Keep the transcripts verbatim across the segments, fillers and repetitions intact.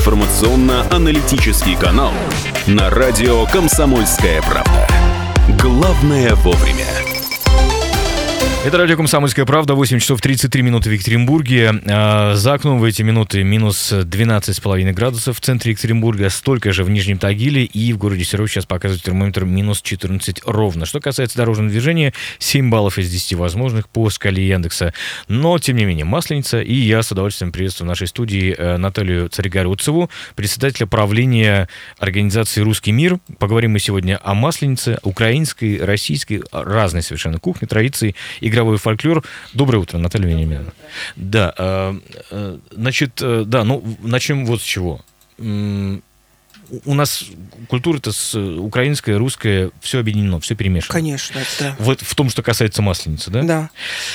информационно-аналитический канал на радио «Комсомольская правда». Главное вовремя. Это радио «Комсомольская правда», восемь часов тридцать три минуты в Екатеринбурге. За окном в эти минуты минус двенадцать с половиной градусов в центре Екатеринбурга, столько же в Нижнем Тагиле, и в городе Серов сейчас показывает термометр минус четырнадцать ровно. Что касается дорожного движения, семь баллов из десяти возможных по шкале Яндекса. Но, тем не менее, Масленица, и я с удовольствием приветствую в нашей студии Наталью Царигаревцеву, председателя правления организации «Русский мир». Поговорим мы сегодня о Масленице, украинской, российской, разной совершенно кухне, традиции и игровой фольклор. Доброе утро, Наталья Вениаминовна. Да, э, э, значит, э, да, ну, начнем вот с чего. М- у нас культура-то с украинская, русская, все объединено, все перемешано. Конечно, да. Вот в том, что касается Масленицы, да? Да.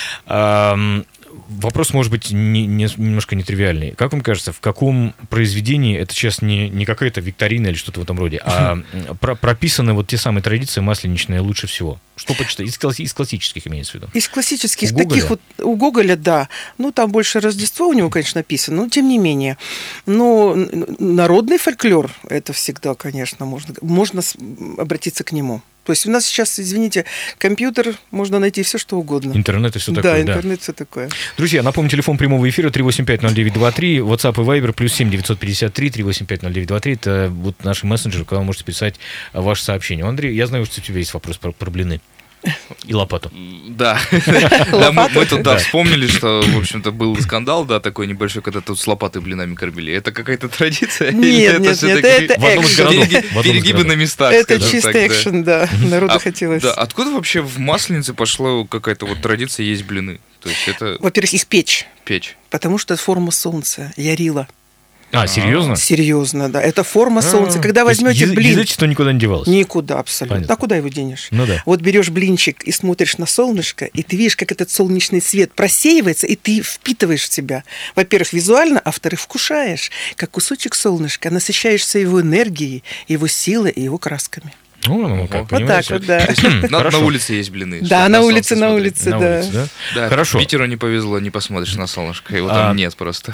А, вопрос, может быть, не, не, немножко нетривиальный. Как вам кажется, в каком произведении, это сейчас не, не какая-то викторина или что-то в этом роде, а про, прописаны вот те самые традиции масленичные лучше всего? Что почитать? Из, из классических имеется в виду? Из классических у таких Гоголя? вот, у Гоголя, да. Ну, там больше Рождество у него, конечно, написано, но тем не менее. Но народный фольклор, это всегда, конечно, можно, можно обратиться к нему. То есть у нас сейчас, извините, компьютер, можно найти все, что угодно. Интернет и все такое. Да, интернет, да. Все такое. Друзья, напомню, телефон прямого эфира три восемь пять ноль девять два три, WhatsApp и Viber плюс семь девятьсот пятьдесят три три восемь пять ноль девять два три. Это вот наши мессенджеры, куда вы можете писать ваше сообщение. Андрей, я знаю, что у тебя есть вопрос про, про блины. И лопату. Да. да мы, мы тут да, вспомнили, что, в общем-то, был скандал, да, такой небольшой, когда тут с лопатой блинами кормили. Это какая-то традиция? Нет, нет, нет, это экшен. Перегибы на местах. Это чистый экшен, да. Народу хотелось. Да, откуда вообще в Масленице пошла какая-то вот традиция есть блины? То есть это... Во-первых, их печь. Печь. Потому что это форма солнца, ярила. А, серьезно? Серьезно, да. Это форма солнца. А-а-а. Когда возьмете Яз- блин... Язычество никуда не девалось? Никуда абсолютно. Понятно. А куда его денешь? Ну да. Вот берешь блинчик и смотришь на солнышко, и ты видишь, как этот солнечный свет просеивается, и ты впитываешь в себя. Во-первых, визуально, а во-вторых, вкушаешь, как кусочек солнышка, насыщаешься его энергией, его силой и его красками. Ну, ну, как, Вот понимаете, так вот, да. На, на улице есть блины. Да, на улице, на улице, на да. улице, да? Да, Хорошо. Питеру не повезло, не посмотришь на солнышко, его А... там нет просто.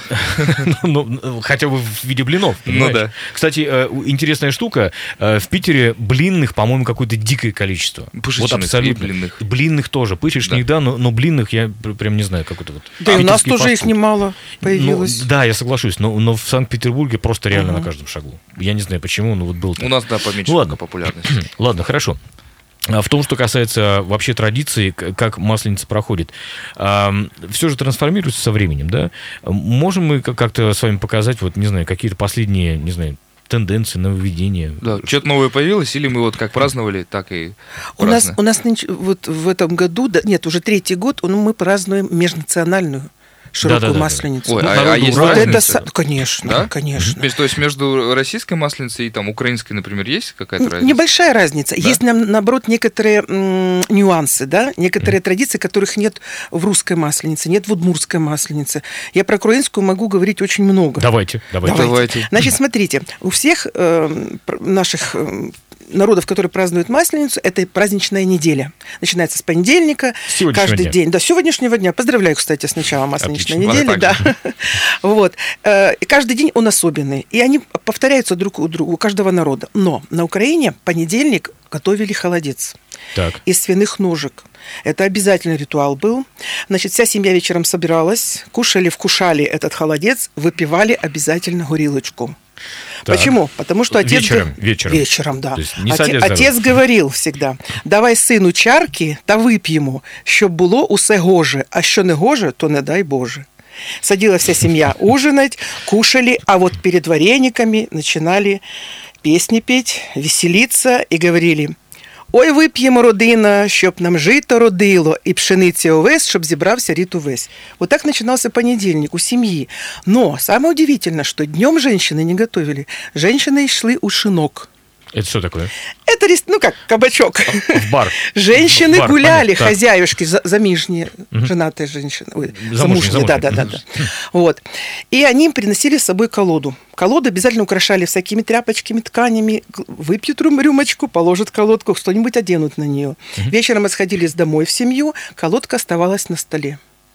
ну, хотя бы в виде блинов, Ну да. Кстати, интересная штука, в Питере блинных, по-моему, какое-то дикое количество. Пышечных вот абсолютно. и блинных. Блинных тоже, пышечных, да, да но, но блинных я прям не знаю, как это вот. Да, и у нас тоже фастфуд. их немало появилось. Ну, да, я соглашусь, но, но в Санкт-Петербурге просто реально uh-huh. на каждом шагу. Я не знаю почему, но вот был так. У нас, да, поменьше ну, ладно. популярности. Ладно, хорошо. В том, что касается вообще традиции, как Масленица проходит, все же трансформируется со временем, да? Можем мы как-то с вами показать, вот, не знаю, какие-то последние, не знаю, тенденции, нововведения? Да, что-то новое появилось, или мы вот как праздновали, так и у нас, у нас вот в этом году, да, нет, уже третий год, мы празднуем межнациональную широкую да, да, масленицу. Ой, ну, а, а есть вот разница? Это, конечно, да? конечно. То есть между российской масленицей и там украинской, например, есть какая-то разница? Небольшая разница. Да? Есть, наоборот, некоторые м- нюансы, да, некоторые mm. традиции, которых нет в русской масленице, нет в удмуртской масленице. Я про украинскую могу говорить очень много. Давайте, давайте. давайте. давайте. Значит, смотрите, у всех э, наших э, народов, которые празднуют Масленицу, это праздничная неделя. Начинается с понедельника, каждый дня. день. До сегодняшнего дня. Поздравляю, кстати, с началом Масленичной Отлично. недели. Да. Вот. И каждый день он особенный. И они повторяются друг у друга, у каждого народа. Но на Украине понедельник готовили холодец так. из свиных ножек. Это обязательный ритуал был. Значит, вся семья вечером собиралась, кушали, вкушали этот холодец, выпивали обязательно горилочку. Так. Почему? Потому что отец... Вечером, вечером. Вечером, да. Оте... Отец говорил всегда, давай сину чарки та вип'ємо, щоб було усе гоже, а що не гоже, то не дай Боже. Садила вся семья ужинать, кушали, а вот перед варениками начинали песни петь, веселиться и говорили: ой, вип'ємо, родина, щоб нам жито родило, і пшениці овес, щоб зібрався рід увесь. Вот так начинался понедельник у семьи. Но самое удивительное, что днем женщины не готовили. Женщины шли у шинок. Это что такое? Это, ну как, кабачок. В бар. Женщины в бар, гуляли, понятно. хозяюшки, замижние, угу. женатые женщины. Ой, замужние, замужние, да, да, да, да. Вот. И они им приносили с собой колоду. Колоду обязательно украшали всякими тряпочками, тканями. Выпьют рюмочку, положат колодку, что-нибудь оденут на нее. Угу. Вечером расходились домой в семью, колодка оставалась на столе.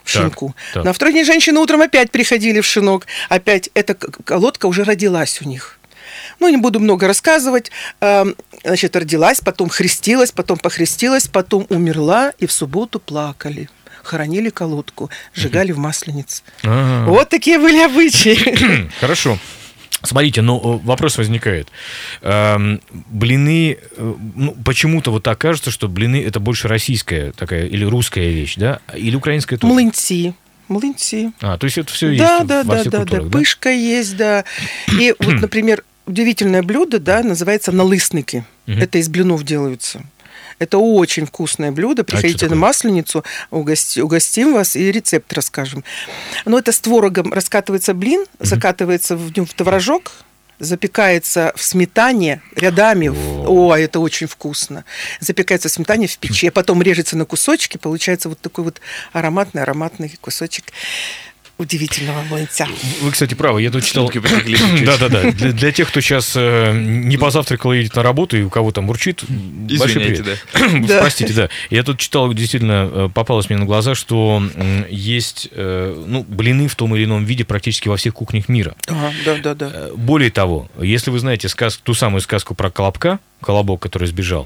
в шинку. так. На второй день женщины утром опять приходили в шинок. Опять эта колодка уже родилась у них. Ну, не буду много рассказывать. Значит, родилась, потом хрестилась, потом похрестилась, потом умерла, и в субботу плакали. Хоронили колодку, сжигали в масленице. А-а-а. Вот такие были обычаи. Хорошо. Смотрите, ну, вопрос возникает. Эм, блины, ну, почему-то вот так кажется, что блины – это больше российская такая или русская вещь, да? Или украинская тоже? Млынцы. Млынцы. А, то есть это все да, есть да, во да, всех да, культурах, да, да? Пышка есть, да. И вот, например, удивительное блюдо, да, называется налысники. Это из блинов делаются. Это очень вкусное блюдо. Приходите а на Масленицу, угости, угостим вас и рецепт расскажем. Но это с творогом раскатывается блин, mm-hmm. закатывается в, в творожок, запекается в сметане рядами. Wow. О, это очень вкусно. Запекается в сметане в печи, а потом режется на кусочки. Получается вот такой вот ароматный-ароматный кусочек удивительного млынца. Вы, кстати, правы, я тут читал... Да-да-да. Для, для тех, кто сейчас э, не позавтракал и едет на работу, и у кого там урчит, большой привет. Да. Простите, да. Я тут читал, действительно, попалось мне на глаза, что есть э, ну, блины в том или ином виде практически во всех кухнях мира. Ага, да-да-да. Более того, если вы знаете сказ... ту самую сказку про Колобка, Колобок, который сбежал,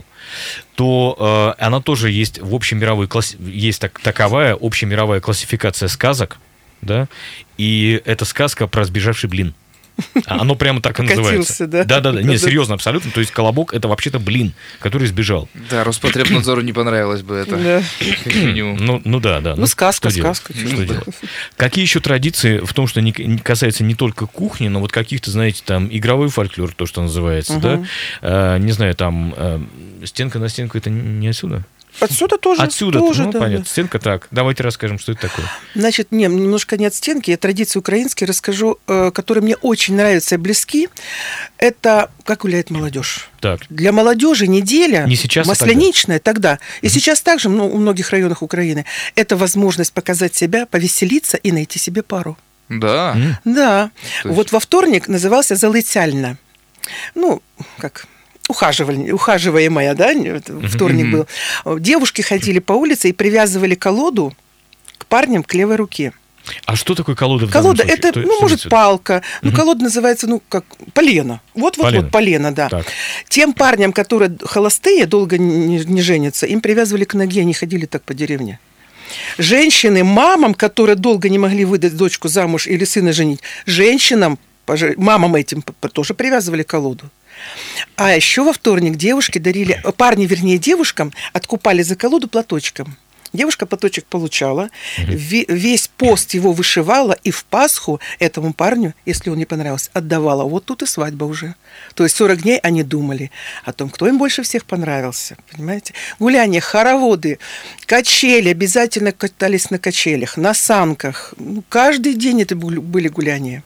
то э, она тоже есть в общемировой класс... есть так, таковая общемировая классификация сказок, да, и это сказка про сбежавший блин. Оно прямо так и называется. Да? Да-да-да, не, серьезно, абсолютно. То есть колобок – это вообще-то блин, который сбежал. Да, Роспотребнадзору не понравилось бы это. Да. Как минимум. Ну, ну да, да. Ну, ну сказка, что сказка. Делать? Что делать? Какие еще традиции в том, что не касается не только кухни, но вот каких-то, знаете, там, игровой фольклор, то, что называется, uh-huh. да? А, не знаю, там, а, стенка на стенку – это не отсюда? Отсюда тоже. Отсюда, тоже, ну, да, понятно. Да. Стенка так. Давайте расскажем, что это такое. Значит, не, немножко не от стенки, я традиции украинские расскажу, э, которые мне очень нравятся и близки. Это как гуляет молодежь. Так. Для молодежи неделя не сейчас, масляничная а тогда. тогда. И mm-hmm. сейчас также ну, у многих районах Украины это возможность показать себя, повеселиться и найти себе пару. Да. Mm-hmm. Да. Вот во вторник назывался «Залицяльна». Ну, как... Ухаживали, ухаживаемая, да, вторник mm-hmm. был. Девушки ходили по улице и привязывали колоду к парням к левой руке. А что такое колода в Колода данном случае? это, что, ну, что может, это? палка. Mm-hmm. Ну, колода называется, ну, как полено. Вот-вот-вот, полено, да. Так. Тем парням, которые холостые, долго не, не женятся, им привязывали к ноге, они ходили так по деревне. Женщины, мамам, которые долго не могли выдать дочку замуж или сына женить, женщинам, мамам этим тоже привязывали колоду. А еще во вторник девушки дарили, парни, вернее, девушкам откупали за колоду платочком. Девушка платочек получала, mm-hmm. весь пост его вышивала, и в Пасху этому парню, если он не понравился, отдавала. Вот тут и свадьба уже. То есть сорок дней они думали о том, кто им больше всех понравился. Понимаете? Гуляния, хороводы, качели, обязательно катались на качелях, на санках. Ну, каждый день это были гуляния.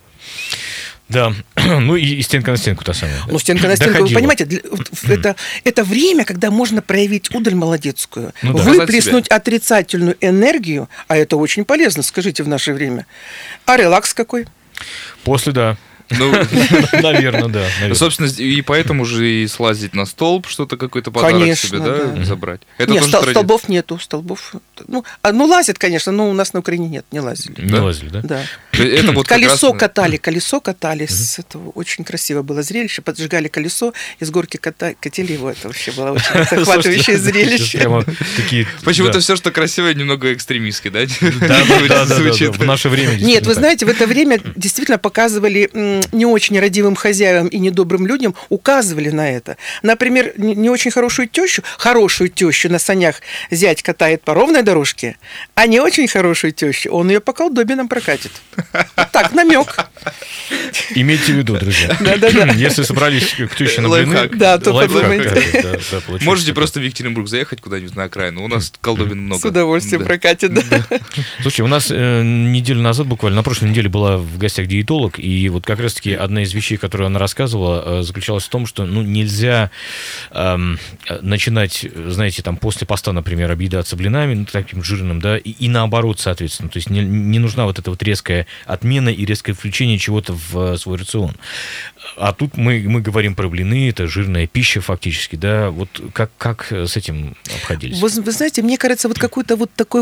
Да, ну и, и стенка на стенку та самая. Ну, стенка на стенку, вы понимаете, для, это, это время, когда можно проявить удаль молодецкую, ну, да. выплеснуть отрицательную энергию, а это очень полезно, скажите, в наше время. А релакс какой? После, да. Ну, наверное, да. Наверное. Собственно, и поэтому же и слазить на столб, что-то какой-то подарок конечно, себе, да, да. забрать. Это нет, тоже стол- традиция. Столбов нету, столбов. Ну, а, ну, лазят, конечно, но у нас на Украине нет, не лазили. Не да? лазили, да? Да. Это вот колесо раз... катали, колесо катали, uh-huh. это очень красиво было зрелище, поджигали колесо, из горки ката- катили его, это вообще было очень захватывающее зрелище. Почему-то все, что красивое, немного экстремистски, да? Да, да, в наше время. Нет, вы знаете, в это время действительно показывали не очень родительные хозяевам и недобрым людям, указывали на это. Например, не очень хорошую тещу, хорошую тещу на санях зять катает по ровной дорожке, а не очень хорошую тещу, он ее по колдобинам прокатит. Так, намек. Имейте в виду, друзья. Да-да-да. Если собрались к теще на блины, да, то подумайте. Можете просто в Екатеринбург заехать куда-нибудь на окраину, у нас колдобин много. С удовольствием прокатит, да. Слушай, у нас неделю назад, буквально на прошлой неделе, была в гостях диетолог, и вот как раз-таки одна из вещей, которую она рассказывала, заключалась в том, что ну, нельзя эм, начинать, знаете, там после поста, например, объедаться блинами, ну, таким жирным, да, и, и наоборот, соответственно. То есть не, не нужна вот эта вот резкая отмена и резкое включение чего-то в свой рацион. А тут мы, мы говорим про блины, это жирная пища фактически, да, вот как, как с этим обходились? Вы, вы знаете, мне кажется, вот какой-то вот такой вот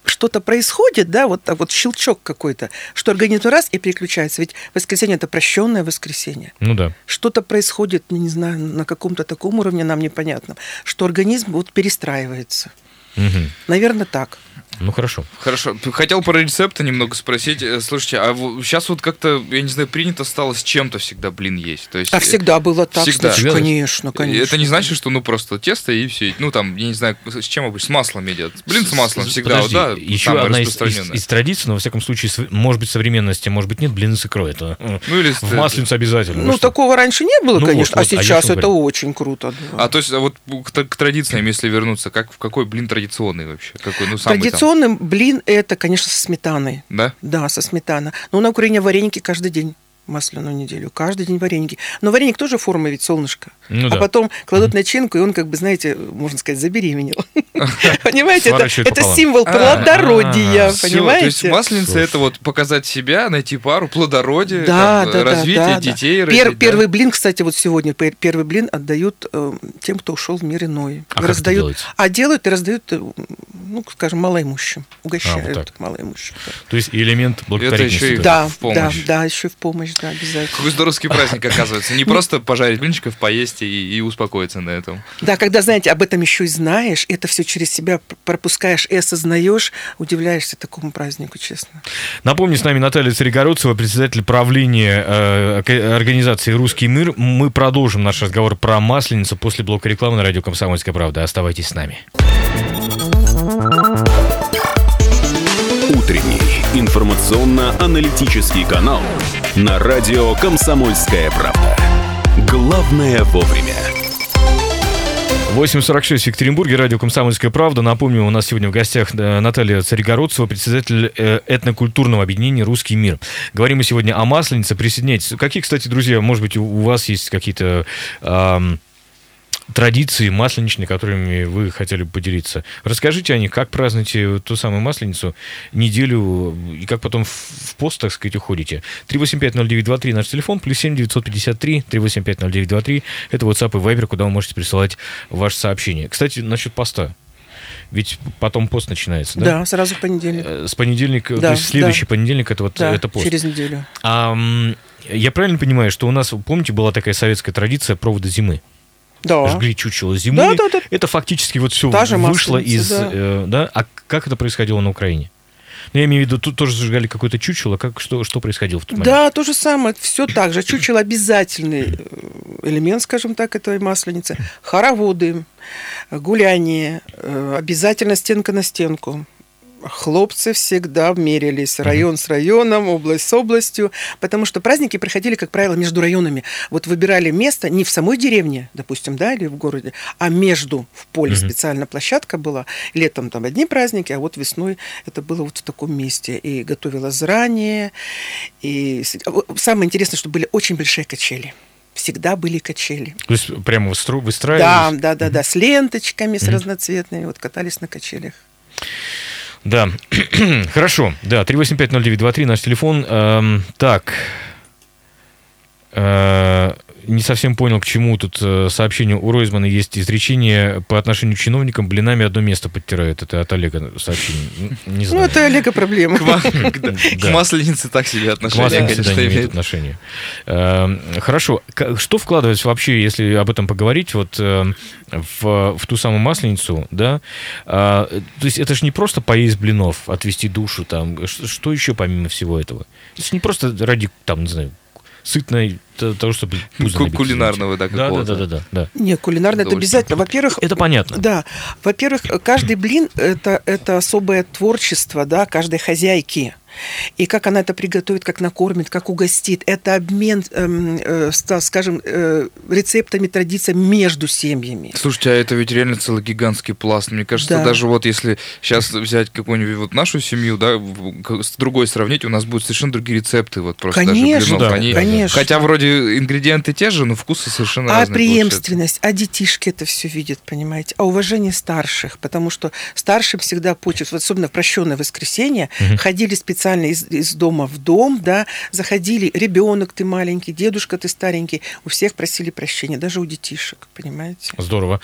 что-то происходит, да, вот так вот щелчок какой-то, что организм раз и переключается. Ведь воскресенье – это прощенное воскресенье. Ну да. Что-то происходит, не знаю, на каком-то таком уровне нам непонятном, что организм вот перестраивается. Угу. Наверное, так. Ну, хорошо. Хорошо. Хотел про рецепты немного спросить. Слушайте, а сейчас вот как-то, я не знаю, принято стало с чем-то всегда блин есть. То есть, а всегда было так, всегда. Значит, конечно, конечно. Это не значит, что ну просто тесто и все. Ну там, я не знаю, с чем обычно, с маслом идет. Блин с маслом всегда, Подожди, да, еще самое одна из, распространенное. из, из традиций, но во всяком случае, с, может быть, современности, может быть, нет, блины с икрой. Это ну, или в масленицу обязательно. Ну, такого раньше не было, ну, конечно, вот, а вот, сейчас а это очень круто. Да. А то есть, а вот к, к традициям, если вернуться, как, в какой блин традиционный вообще? Какой, ну, самый Традиционный там? Блин – это, конечно, со сметаной. Да? Да, со сметаной. Но на Украине вареники каждый день. Масляную неделю. Каждый день вареники. Но вареник тоже форма ведь солнышко. Ну, а да. потом кладут начинку, и он, как бы, знаете, можно сказать, забеременел. Понимаете, это символ плодородия. Понимаете? То есть масленица – это вот показать себя, найти пару, плодородие, да, да, развитие да, детей. Да. Пер, первый блин, кстати, вот сегодня первый блин отдают э, тем, кто ушел в мир иной. А раздают, а делают и раздают, ну, скажем, малоимущим. Угощают а, вот малоимущим. Да. То есть элемент благотворительности. Это еще и да, в помощь. Да, да, еще и в помощь, да, обязательно. Какой здоровский праздник, оказывается. Не просто пожарить блинчиков, поесть и, и успокоиться на этом. Да, когда, знаете, об этом еще и знаешь, это все через себя пропускаешь и осознаешь, удивляешься такому празднику, честно. Напомню, с нами Наталья Царегородцева, председатель правления э, организации «Русский мир». Мы продолжим наш разговор про Масленицу после блока рекламы на радио «Комсомольская правда». Оставайтесь с нами. Утренний информационно-аналитический канал на радио «Комсомольская правда». Главное вовремя. восемь сорок шесть в Екатеринбурге, радио «Комсомольская правда». Напомню, у нас сегодня в гостях Наталья Царегородцева, председатель этнокультурного объединения «Русский мир». Говорим мы сегодня о Масленице. Присоединяйтесь. Какие, кстати, друзья, может быть, у вас есть какие-то эм, традиции масленичные, которыми вы хотели бы поделиться? Расскажите о них, как празднуете ту самую Масленицу неделю, и как потом в пост, так сказать, уходите. три восемь пять ноль девять два три наш телефон, плюс семь девятьсот пятьдесят три три восемь пять ноль девять два три. Это WhatsApp и Viber, куда вы можете присылать ваше сообщение. Кстати, насчет поста. Ведь потом пост начинается, да? Да, сразу в понедельник. С понедельника, да, то есть следующий да. понедельник, это вот да, это пост. через неделю. А, я правильно понимаю, что у нас, помните, была такая советская традиция провода зимы? Да. Жгли чучело зимы. Да, да, да. Это фактически вот все Та вышло из... Да. Э, да? А как это происходило на Украине? Ну, я имею в виду, тут тоже зажигали какое-то чучело. Как, что, что происходило в тот момент? Да, то же самое. Все так же. Чучело обязательный элемент, скажем так, этой масленицы. Хороводы, гуляние, обязательно стенка на стенку. Хлопцы всегда мерились район с районом, область с областью, потому что праздники проходили, как правило, между районами. Вот выбирали место не в самой деревне, допустим, да, или в городе, а между, в поле uh-huh. специально площадка была. Летом там одни праздники, а вот весной это было вот в таком месте. И готовилось заранее. И самое интересное, что были очень большие качели. Всегда были качели. То есть прямо выстраивались? Да, да, да, да, с ленточками, с uh-huh. разноцветными. Вот катались на качелях. Да, хорошо. Да, три восемь пять ноль девять два три наш телефон. Эм, так, э, не совсем понял, к чему тут э, сообщение. У Ройзмана есть изречение по отношению к чиновникам: блинами одно место подтирают. Это от Олега сообщение. Не знаю. Ну, это Олега проблема. К масленице так себе отношение. К масленице, да, не имеет отношения. Хорошо. Что вкладывается вообще, если об этом поговорить, вот в, в ту самую масленицу, да? То есть это же не просто поесть блинов, отвести душу, там, что еще помимо всего этого? Это не просто ради, там, не знаю, сытной, того, чтобы пузо набить. Кулинарного, да, какого-то. Да, да, да, да. Не, кулинарно это обязательно. Во-первых... Это понятно. Да. Во-первых, каждый блин это, – это особое творчество, да, каждой хозяйки. И как она это приготовит, как накормит, как угостит. Это обмен, э, э, скажем, э, рецептами, традициями между семьями. Слушайте, а это ведь реально целый гигантский пласт. Мне кажется, да. даже вот если сейчас взять какую-нибудь вот нашу семью, да, с другой сравнить, у нас будут совершенно другие рецепты. Вот просто конечно, даже блинов. Да, Они, конечно. Хотя вроде ингредиенты те же, но вкусы совершенно а разные. А преемственность, а детишки это все видят, понимаете. А уважение старших, потому что старшим всегда почет, вот особенно в прощенное воскресенье, угу. ходили специально Из, из дома в дом, да, заходили, ребенок ты маленький, дедушка ты старенький, у всех просили прощения, даже у детишек, понимаете? Здорово.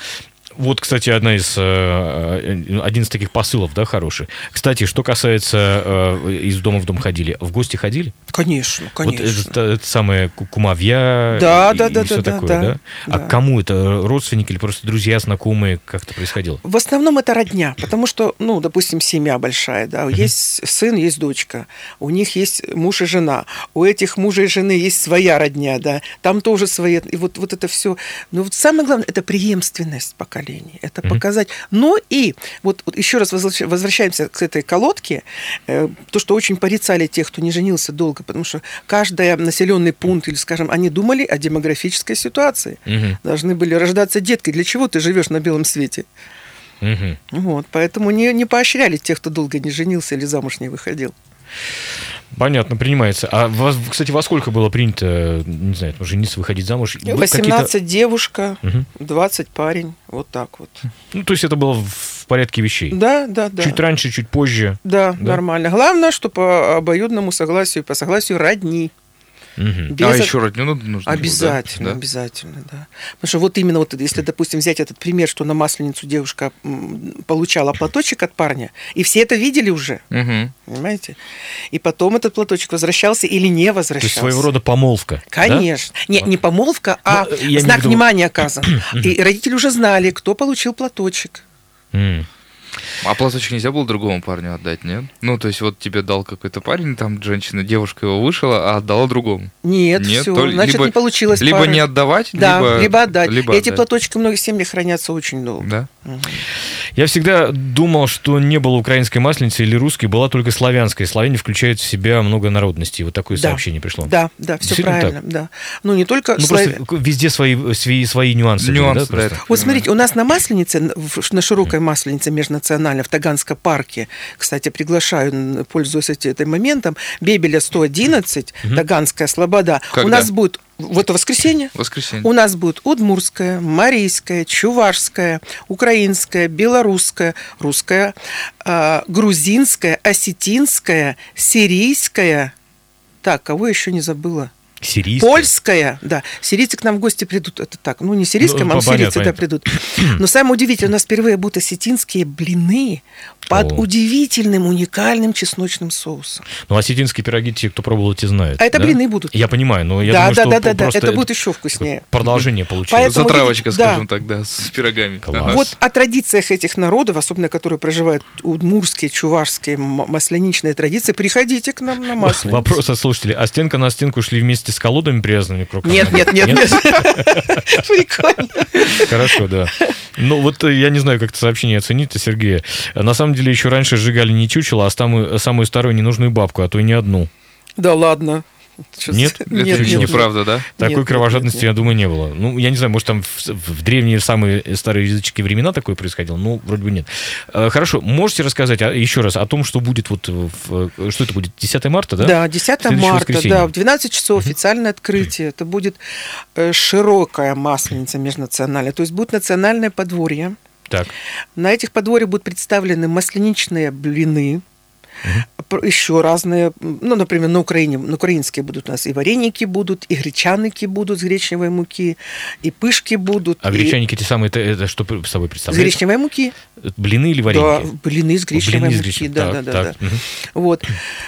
Вот, кстати, одна из, один из таких посылов, да, хороший. Кстати, что касается из дома в дом ходили, в гости ходили? Конечно, конечно. Вот это, это самое кумовья да, и, да, и да, все да, такое, да, да? да? А да. кому это? Родственники или просто друзья, знакомые? Как это происходило? В основном это родня, потому что, ну, допустим, семья большая, да, uh-huh. есть сын, есть дочка, у них есть муж и жена, у этих мужа и жены есть своя родня, да, там тоже свои, и вот, вот это все. Но вот самое главное, это преемственность поколений, это uh-huh. показать. Но и вот, вот еще раз возвращаемся к этой колодке, э, то, что очень порицали тех, кто не женился долго, потому что каждый населенный пункт, или, скажем, они думали о демографической ситуации. Uh-huh. Должны были рождаться детки. Для чего ты живешь на белом свете? Uh-huh. Вот, поэтому не, не поощряли тех, кто долго не женился или замуж не выходил. Понятно, принимается. А, вас, кстати, во сколько было принято, не знаю, жениться, выходить замуж? восемнадцать какие-то... девушка, угу. двадцать парень, вот так вот. Ну, то есть это было в порядке вещей? Да, да, да. Чуть раньше, чуть позже? Да, да? Нормально. Главное, что по обоюдному согласию, по согласию родни. Угу. Без... А еще родню нужно? Обязательно, было, да? обязательно, да. Потому что вот именно вот, если, допустим, взять этот пример, что на Масленицу девушка получала платочек от парня, и все это видели уже, угу. понимаете? И потом этот платочек возвращался или не возвращался. То есть своего рода помолвка. Конечно. Да? Не, не помолвка, а ну, знак виду... внимания оказан. И родители уже знали, кто получил платочек. Mm. А платочек нельзя было другому парню отдать, нет? Ну, то есть вот тебе дал какой-то парень, там женщина, девушка его вышла, а отдала другому. Нет, нет все, то, значит, либо, не получилось. Либо пары. не отдавать, да, либо, либо отдать. Либо Эти отдать. платочки в многих семьях хранятся очень долго. Да? Угу. Я всегда думал, что не было украинской масленицы или русской, была только славянская. Славяне включают в себя много народностей. Вот такое да. сообщение пришло. Да, да, все правильно. Да. Ну, не только... Ну, слав... просто везде свои, свои, свои нюансы. Нюансы, были, да, да, вот смотрите, у нас на Масленице, на широкой Масленице межнациональной, в Таганском парке, кстати, приглашаю, пользуясь этим моментом, Бебеля сто одиннадцать, угу. Таганская слобода. Когда? У нас будет... В это воскресенье. воскресенье У нас будет удмуртская, марийская, чувашская, украинская, белорусская, русская, э, грузинская, осетинская, сирийская. Так, кого еще не забыла? Сирийская. Польская, да. Сирийцы к нам в гости придут. Это так. Ну, не сирийская, ну, а сирийцы понятно, да, придут. Но самое удивительное, у нас впервые будут осетинские блины под О. удивительным, уникальным чесночным соусом. Ну, осетинские пироги, те, кто пробовал, те знают. А это да? блины будут. Я понимаю, но я да, думаю, да, что да, да, да, просто это будет еще вкуснее. Продолжение получилось. Поэтому, затравочка, видите, скажем да. так, да, с пирогами. Класс. Вот о традициях этих народов, особенно которые проживают удмуртские, чувашские, масляничные традиции, приходите к нам на Масленицу. Вопрос от слушателей. А стенка на стенку шли вместе с колодами, привязанными к рукам? Нет, нет, нет, нет. Прикольно. Хорошо, да. Ну, вот я не знаю, как это сообщение оценить, Сергея. На самом деле, еще раньше сжигали не чучело, а самую, самую старую ненужную бабку, а то и не одну. Да ладно. Что нет? Это нет, нет, неправда, да? Такой нет, кровожадности, нет, нет. я думаю, не было. Ну, я не знаю, может, там в, в древние самые старые языческие времена такое происходило, но вроде бы нет. Хорошо, можете рассказать а, еще раз о том, что будет вот, в, что это будет, десятое марта, да? Да, десятое марта, да, в двенадцать часов официальное открытие. Это будет широкая масленица межнациональная, то есть будет национальное подворье. Так. На этих подворьях будут представлены масленичные блины, угу. еще разные, ну, например, на Украине, на украинские будут у нас и вареники будут, и гречаники будут с гречневой муки, и пышки будут. А и... гречаники те самые, это, это что с собой представляют? С гречневой муки. Блины или вареники? Да, блины с гречневой блины муки, с гречневой. да, так, да, так. да. Угу. Вот.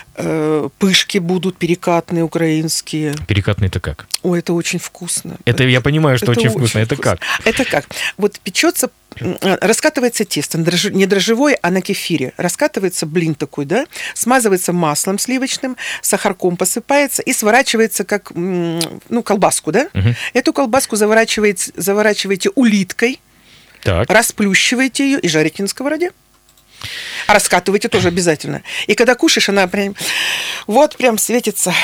Пышки будут перекатные украинские. Перекатные это как? Ой, это очень вкусно. Это я понимаю, что это очень вкусно. Это вкусно. как? Это как? Вот печется, раскатывается тесто, не дрожжевое, а на кефире. Раскатывается блин такой, да, смазывается маслом сливочным, сахарком посыпается и сворачивается как, ну, колбаску, да? Угу. Эту колбаску заворачиваете, заворачиваете улиткой, так. расплющиваете ее и жарите на сковороде. А раскатывайте тоже обязательно. И когда кушаешь, она прям вот прям светится.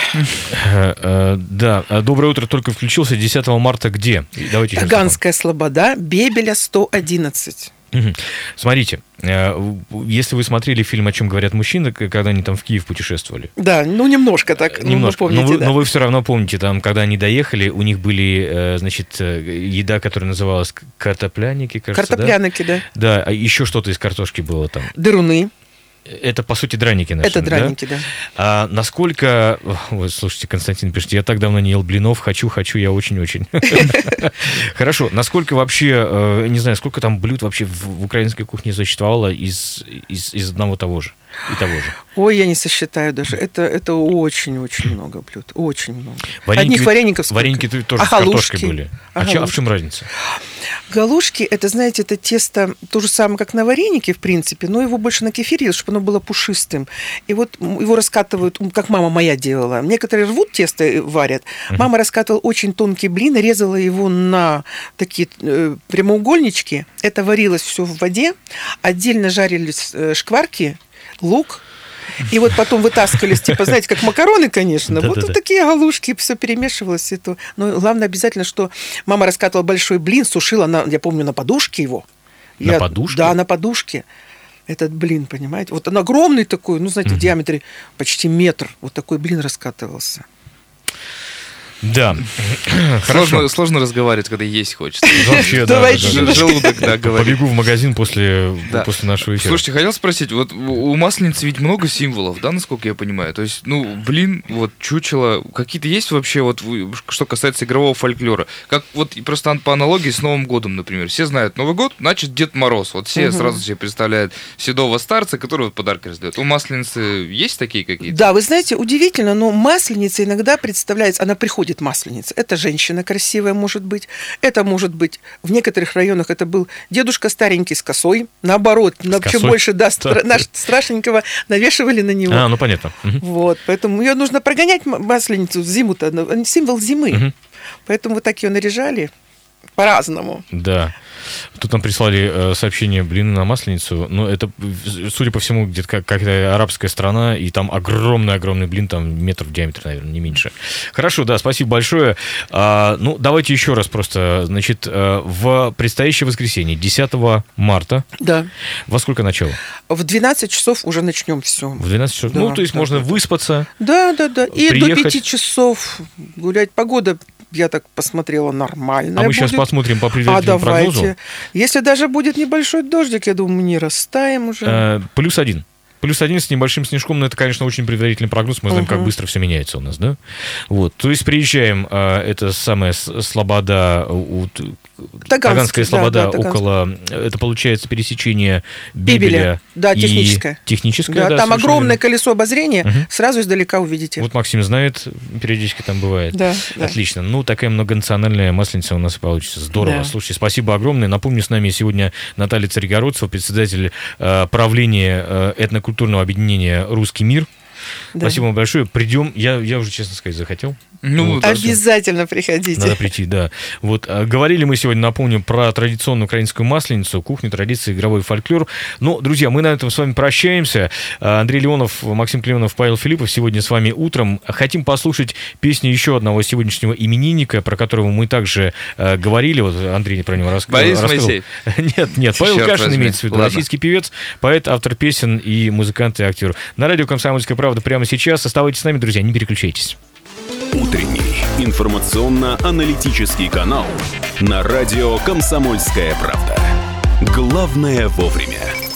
Да. Доброе утро, только включился. десятого марта где? Давайте Таганская слобода, Бебеля сто одиннадцать. Угу. Смотрите, если вы смотрели фильм «О чем говорят мужчины», когда они там в Киев путешествовали. Да, ну немножко так. Немножко, ну, помните, но, вы, да. но вы все равно помните, там, когда они доехали, у них были, значит, еда, которая называлась картопляники, кажется, Картопляники, да? Да, а еще что-то из картошки было там. Дыруны. Это, по сути, драники наши, Это драники, да. да. А насколько... Ой, слушайте, Константин пишет, я так давно не ел блинов, хочу, хочу, я очень-очень. Хорошо, насколько вообще, не знаю, сколько там блюд вообще в украинской кухне существовало из одного того же? И того же. Ой, я не сосчитаю даже. Это, это очень-очень много блюд. Очень много. Вареники, Одних вареников сколько? Вареники тоже а с картошкой были. А, а, че, а в чем разница? Галушки, это, знаете, это тесто то же самое, как на варенике, в принципе, но его больше на кефире, чтобы оно было пушистым. И вот его раскатывают, как мама моя делала. Некоторые рвут тесто и варят. Uh-huh. Мама раскатывала очень тонкий блин, резала его на такие э, прямоугольнички. Это варилось все в воде. Отдельно жарились э, шкварки, лук, и вот потом вытаскивались, типа, знаете, как макароны, конечно. Вот вот такие галушки, все перемешивалось. Это. Но главное обязательно, что мама раскатывала большой блин, сушила, на, я помню, на подушке его. На я, подушке? Да, на подушке. Этот блин, понимаете? Вот он огромный такой, ну, знаете, mm-hmm. в диаметре почти метр. Вот такой блин раскатывался. Да. Сложно, сложно разговаривать, когда есть хочется. Вообще, да. Желудок, да, говорит. Побегу в магазин после, да. после нашего эфира. Слушайте, хотел спросить, вот у Масленицы ведь много символов, да, насколько я понимаю? То есть, ну, блин, вот чучело, какие-то есть вообще, вот, что касается игрового фольклора? Как вот просто по аналогии с Новым годом, например. Все знают Новый год, значит, Дед Мороз. Вот все угу. сразу себе представляют седого старца, который вот подарки раздает. У Масленицы есть такие какие-то? Да, вы знаете, удивительно, но Масленица иногда представляется, она приходит Масленица. Это женщина красивая, может быть. Это может быть, в некоторых районах это был дедушка старенький с косой. Наоборот, на чем больше да, стра- наш страшненького навешивали на него. А, ну понятно. Вот, поэтому ее нужно прогонять, Масленицу, зиму-то. Символ зимы. Угу. Поэтому вот так ее наряжали по-разному. Да. Тут нам прислали э, сообщение блины на Масленицу. Но это, судя по всему, где-то как- какая-то арабская страна, и там огромный-огромный блин, там метр в диаметре, наверное, не меньше. Хорошо, да, спасибо большое. А, ну, давайте еще раз просто. Значит, э, в предстоящее воскресенье, десятого марта. Да. Во сколько начало? В двенадцать часов уже начнем все. В двенадцать часов? Да, ну, то есть да, можно да. выспаться. Да, да, да. И приехать. до пяти часов гулять. Погода, я так посмотрела, нормальная. А мы будет. сейчас посмотрим по предварительному а давайте. прогнозу. Если даже будет небольшой дождик, я думаю, мы не растаем уже. Э, плюс один. Плюс один с небольшим снежком, но это, конечно, очень предварительный прогноз. Мы знаем, uh-huh. как быстро все меняется у нас, да? Вот. То есть приезжаем, э, это самая слобода, у, Таганская слобода, да, да, около, это получается пересечение Бебеля. Да, и техническое. Техническое, да. да. Там огромное колесо обозрения, uh-huh. сразу издалека увидите. Вот Максим знает, периодически там бывает. Да, отлично. Да. Ну, такая многонациональная масленица у нас и получится. Здорово. Да. Слушайте, спасибо огромное. Напомню, с нами сегодня Наталья Царегородцева, председатель э, правления э, этнокультурного объединения «Русский мир». Да. Спасибо вам большое. Придем. Я, я уже, честно сказать, захотел. Ну, вот, обязательно приходите. Надо прийти, да. Вот, говорили мы сегодня, напомню, про традиционную украинскую масленицу, кухню, традиции, игровой фольклор. Ну, друзья, мы на этом с вами прощаемся. Андрей Леонов, Максим Клеменов, Павел Филиппов сегодня с вами утром. Хотим послушать песню еще одного сегодняшнего именинника, про которого мы также э, говорили. Вот Андрей про него рассказал. Борис Моисеев. Нет, нет, Павел Черт Кашин возьми. Имеется в виду. Ладно. Российский певец, поэт, автор песен и музыкант и актер. На радио «Комсомольская правда» прямо сейчас. Оставайтесь с нами, друзья, не переключайтесь. Утренний информационно-аналитический канал на радио «Комсомольская правда». Главное вовремя.